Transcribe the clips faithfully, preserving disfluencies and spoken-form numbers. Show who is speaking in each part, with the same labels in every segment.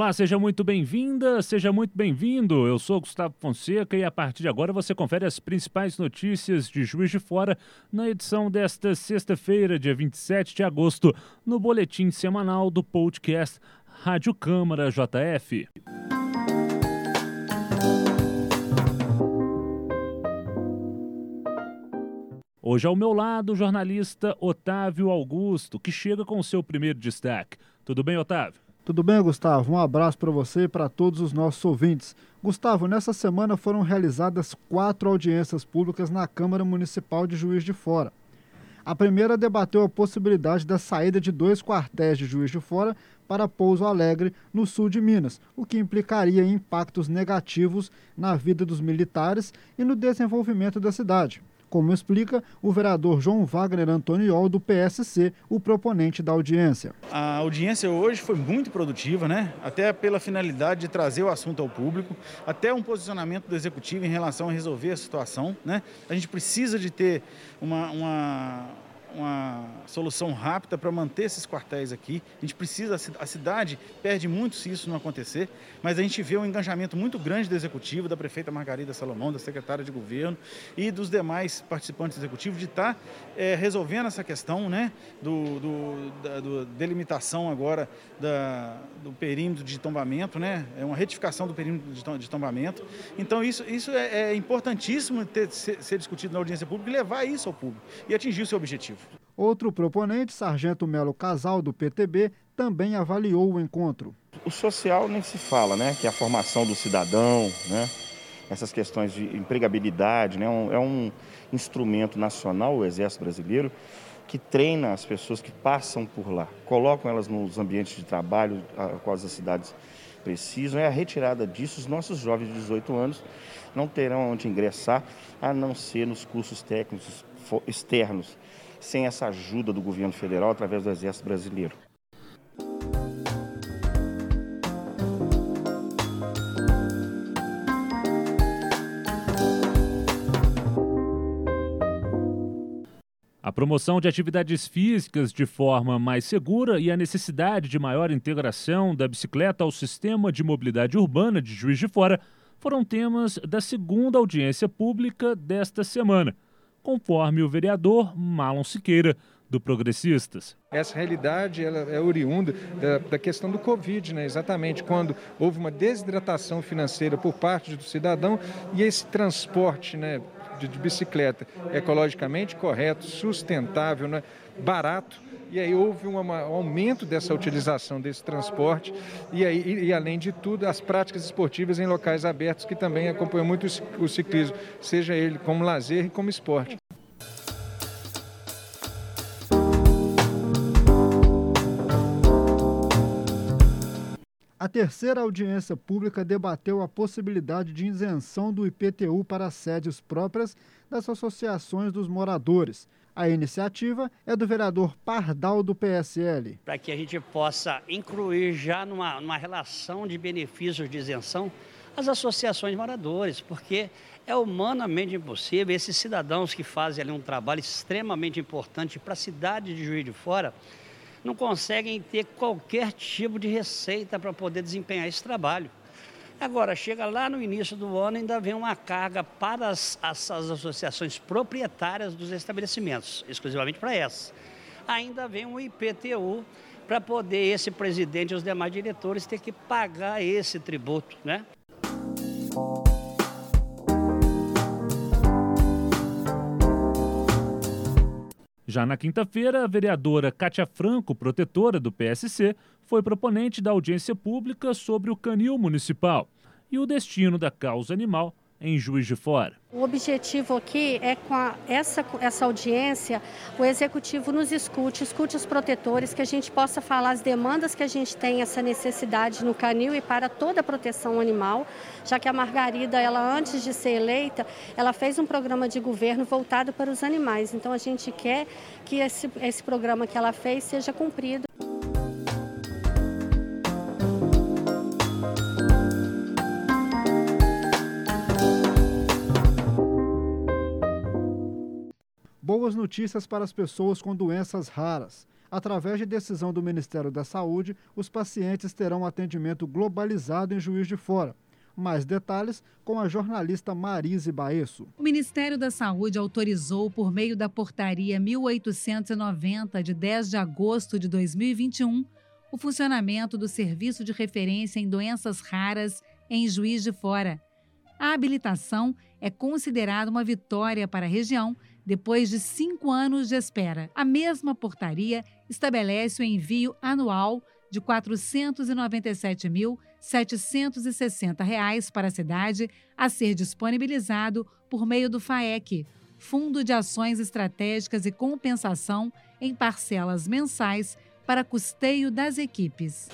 Speaker 1: Olá, seja muito bem-vinda, seja muito bem-vindo. Eu sou Gustavo Fonseca e a partir de agora você confere as principais notícias de Juiz de Fora na edição desta sexta-feira, dia vinte e sete de agosto, no boletim semanal do podcast Rádio Câmara J F. Hoje ao meu lado o jornalista Otávio Augusto, que chega com o seu primeiro destaque. Tudo bem, Otávio?
Speaker 2: Tudo bem, Gustavo? Um abraço para você e para todos os nossos ouvintes. Gustavo, nessa semana foram realizadas quatro audiências públicas na Câmara Municipal de Juiz de Fora. A primeira debateu a possibilidade da saída de dois quartéis de Juiz de Fora para Pouso Alegre, no sul de Minas, o que implicaria em impactos negativos na vida dos militares e no desenvolvimento da cidade, como explica o vereador João Wagner Antoniol, do P S C, o proponente da audiência.
Speaker 3: A audiência hoje foi muito produtiva, né? Até pela finalidade de trazer o assunto ao público, até um posicionamento do Executivo em relação a resolver a situação, né? A gente precisa de ter uma... uma... uma solução rápida para manter esses quartéis aqui. A gente precisa, a cidade perde muito se isso não acontecer, mas a gente vê um engajamento muito grande do Executivo, da prefeita Margarida Salomão, da secretária de Governo e dos demais participantes do Executivo de estar é, resolvendo essa questão, né, do, do, da do delimitação agora da, do perímetro de tombamento, né, é uma retificação do perímetro de, de tombamento. Então isso, isso é, é importantíssimo ter, ser, ser discutido na audiência pública e levar isso ao público e atingir o seu objetivo.
Speaker 2: Outro proponente, Sargento Melo Casal, do P T B, também avaliou o encontro.
Speaker 4: O social nem se fala, né? Que é a formação do cidadão, né? Essas questões de empregabilidade, né? É um instrumento nacional, o Exército Brasileiro, que treina as pessoas que passam por lá, colocam elas nos ambientes de trabalho a quais as cidades precisam. É a retirada disso. Os nossos jovens de dezoito anos não terão onde ingressar, a não ser nos cursos técnicos externos, sem essa ajuda do governo federal através do Exército Brasileiro.
Speaker 1: A promoção de atividades físicas de forma mais segura e a necessidade de maior integração da bicicleta ao sistema de mobilidade urbana de Juiz de Fora foram temas da segunda audiência pública desta semana, conforme o vereador Marlon Siqueira, do Progressistas.
Speaker 5: Essa realidade ela é oriunda da, da questão do Covid, né? Exatamente quando houve uma desidratação financeira por parte do cidadão e esse transporte, né, de, de bicicleta ecologicamente correto, sustentável, né, barato. E aí houve um aumento dessa utilização desse transporte e, aí, e, e, além de tudo, as práticas esportivas em locais abertos que também acompanham muito o ciclismo, seja ele como lazer e como esporte.
Speaker 2: A terceira audiência pública debateu a possibilidade de isenção do I P T U para as sedes próprias das associações dos moradores. A iniciativa é do vereador Pardal, do P S L.
Speaker 6: Para que a gente possa incluir já numa, numa relação de benefícios de isenção as associações de moradores, porque é humanamente impossível esses cidadãos que fazem ali um trabalho extremamente importante para a cidade de Juiz de Fora não conseguem ter qualquer tipo de receita para poder desempenhar esse trabalho. Agora, chega lá no início do ano, ainda vem uma carga para as, as, as associações proprietárias dos estabelecimentos, exclusivamente para essas. Ainda vem um I P T U para poder esse presidente e os demais diretores ter que pagar esse tributo, né?
Speaker 1: Já na quinta-feira, a vereadora Cátia Franco, protetora do P S C, foi proponente da audiência pública sobre o canil municipal e o destino da causa animal em Juiz de Fora.
Speaker 7: O objetivo aqui é, com a, essa, essa audiência, o Executivo nos escute, escute os protetores, que a gente possa falar as demandas que a gente tem, essa necessidade no canil e para toda a proteção animal, já que a Margarida, ela antes de ser eleita, ela fez um programa de governo voltado para os animais. Então a gente quer que esse, esse programa que ela fez seja cumprido.
Speaker 2: Boas notícias para as pessoas com doenças raras. Através de decisão do Ministério da Saúde, os pacientes terão atendimento globalizado em Juiz de Fora. Mais detalhes com a jornalista Marise Baesso.
Speaker 8: O Ministério da Saúde autorizou, por meio da Portaria mil oitocentos e noventa, de dez de agosto de dois mil e vinte e um, o funcionamento do Serviço de Referência em Doenças Raras em Juiz de Fora. A habilitação é considerada uma vitória para a região depois de cinco anos de espera. A mesma portaria estabelece o envio anual de quatrocentos e noventa e sete mil, setecentos e sessenta reais para a cidade, a ser disponibilizado por meio do FAEC, Fundo de Ações Estratégicas e Compensação, em parcelas mensais para custeio das equipes.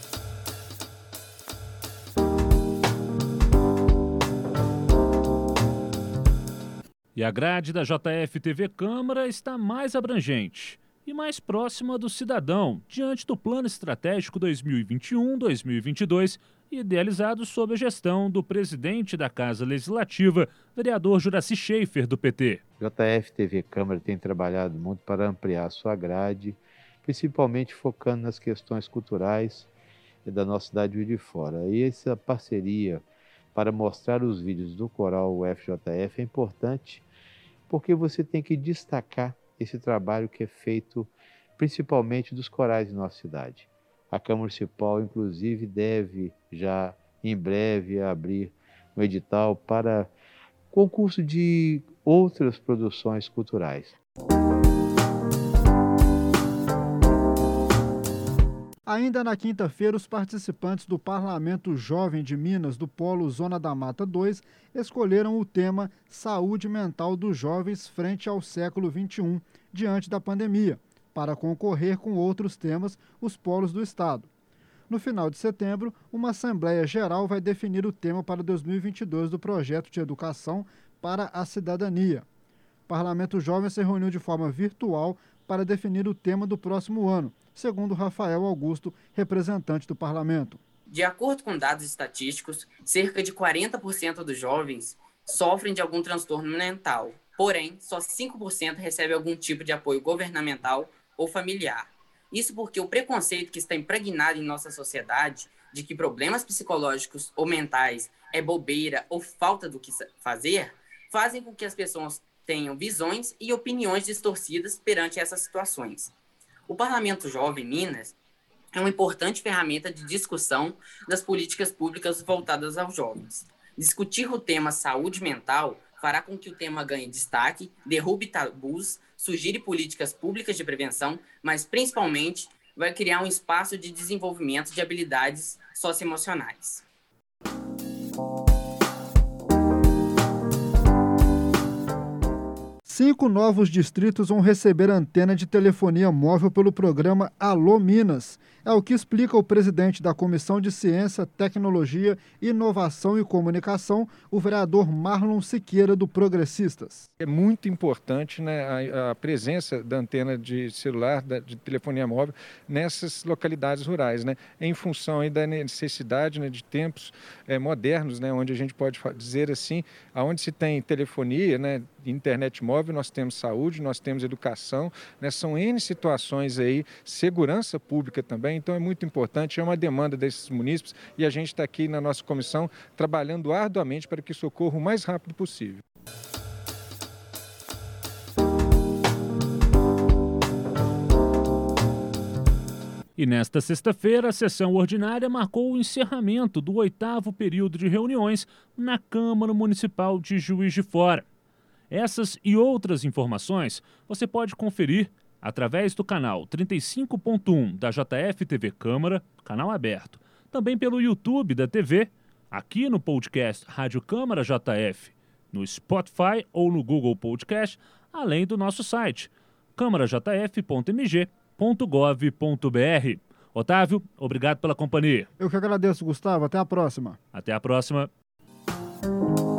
Speaker 1: E a grade da J F T V Câmara está mais abrangente e mais próxima do cidadão, diante do Plano Estratégico dois mil e vinte e um a dois mil e vinte e dois, idealizado sob a gestão do presidente da Casa Legislativa, vereador Juraci Schaefer, do P T.
Speaker 9: J F T V Câmara tem trabalhado muito para ampliar a sua grade, principalmente focando nas questões culturais da nossa cidade de Juiz de Fora. E essa parceria para mostrar os vídeos do Coral U F J F é importante, porque você tem que destacar esse trabalho que é feito principalmente dos corais de nossa cidade. A Câmara Municipal, inclusive, deve já em breve abrir um edital para concurso de outras produções culturais.
Speaker 2: Ainda na quinta-feira, os participantes do Parlamento Jovem de Minas, do Polo Zona da Mata dois, escolheram o tema Saúde Mental dos Jovens frente ao século vinte e um, diante da pandemia, para concorrer com outros temas, os polos do Estado. No final de setembro, uma Assembleia Geral vai definir o tema para dois mil e vinte e dois do Projeto de Educação para a Cidadania. O Parlamento Jovem se reuniu de forma virtual para definir o tema do próximo ano, segundo Rafael Augusto, representante do Parlamento.
Speaker 10: De acordo com dados estatísticos, cerca de quarenta por cento dos jovens sofrem de algum transtorno mental. Porém, só cinco por cento recebe algum tipo de apoio governamental ou familiar. Isso porque o preconceito que está impregnado em nossa sociedade de que problemas psicológicos ou mentais é bobeira ou falta do que fazer, fazem com que as pessoas tenham visões e opiniões distorcidas perante essas situações. O Parlamento Jovem Minas é uma importante ferramenta de discussão das políticas públicas voltadas aos jovens. Discutir o tema saúde mental fará com que o tema ganhe destaque, derrube tabus, sugire políticas públicas de prevenção, mas principalmente vai criar um espaço de desenvolvimento de habilidades socioemocionais.
Speaker 2: Cinco novos distritos vão receber antena de telefonia móvel pelo programa Alô Minas. É o que explica o presidente da Comissão de Ciência, Tecnologia, Inovação e Comunicação, o vereador Marlon Siqueira, do Progressistas.
Speaker 5: É muito importante, né, a, a presença da antena de celular, da, de telefonia móvel, nessas localidades rurais, né, em função aí da necessidade, né, de tempos é, modernos, né, onde a gente pode dizer assim, aonde se tem telefonia, né, internet móvel, nós temos saúde, nós temos educação, né, são N situações aí, segurança pública também, então é muito importante, é uma demanda desses munícipes e a gente está aqui na nossa comissão trabalhando arduamente para que isso ocorra o mais rápido possível.
Speaker 1: E nesta sexta-feira, a sessão ordinária marcou o encerramento do oitavo período de reuniões na Câmara Municipal de Juiz de Fora. Essas e outras informações você pode conferir através do canal trinta e cinco ponto um da J F T V Câmara, canal aberto. Também pelo YouTube da T V, aqui no podcast Rádio Câmara J F, no Spotify ou no Google Podcast, além do nosso site câmara j f ponto m g ponto gov ponto b r. Otávio, obrigado pela companhia.
Speaker 2: Eu que agradeço, Gustavo. Até a próxima.
Speaker 1: Até a próxima.